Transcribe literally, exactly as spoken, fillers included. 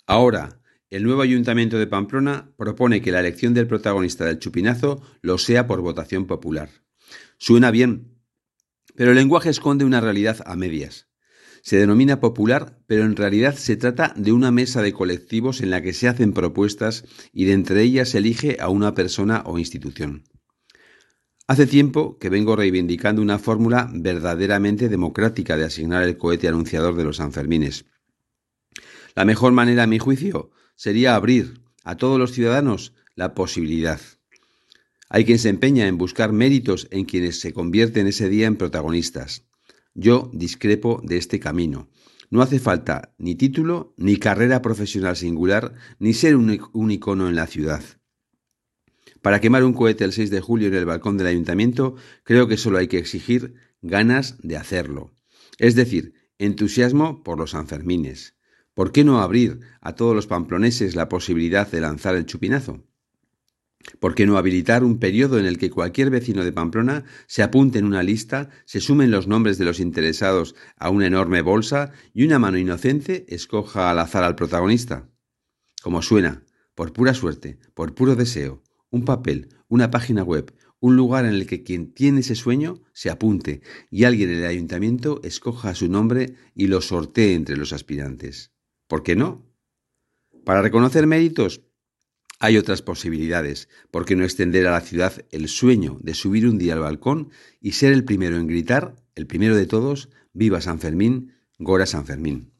Ahora, el nuevo Ayuntamiento de Pamplona propone que la elección del protagonista del chupinazo lo sea por votación popular. Suena bien, pero el lenguaje esconde una realidad a medias. Se denomina popular, pero en realidad se trata de una mesa de colectivos en la que se hacen propuestas y de entre ellas se elige a una persona o institución. Hace tiempo que vengo reivindicando una fórmula verdaderamente democrática de asignar el cohete anunciador de los Sanfermines. La mejor manera, a mi juicio, sería abrir a todos los ciudadanos la posibilidad. Hay quien se empeña en buscar méritos en quienes se convierten ese día en protagonistas. Yo discrepo de este camino. No hace falta ni título, ni carrera profesional singular, ni ser un, un icono en la ciudad. Para quemar un cohete el seis de julio en el balcón del ayuntamiento, creo que solo hay que exigir ganas de hacerlo. Es decir, entusiasmo por los Sanfermines. ¿Por qué no abrir a todos los pamploneses la posibilidad de lanzar el chupinazo? ¿Por qué no habilitar un periodo en el que cualquier vecino de Pamplona se apunte en una lista, se sumen los nombres de los interesados a una enorme bolsa y una mano inocente escoja al azar al protagonista? Como suena, por pura suerte, por puro deseo, un papel, una página web, un lugar en el que quien tiene ese sueño se apunte y alguien en el ayuntamiento escoja su nombre y lo sortee entre los aspirantes. ¿Por qué no? Para reconocer méritos, hay otras posibilidades. ¿Por qué no extender a la ciudad el sueño de subir un día al balcón y ser el primero en gritar, el primero de todos, ¡Viva San Fermín, Gora San Fermín!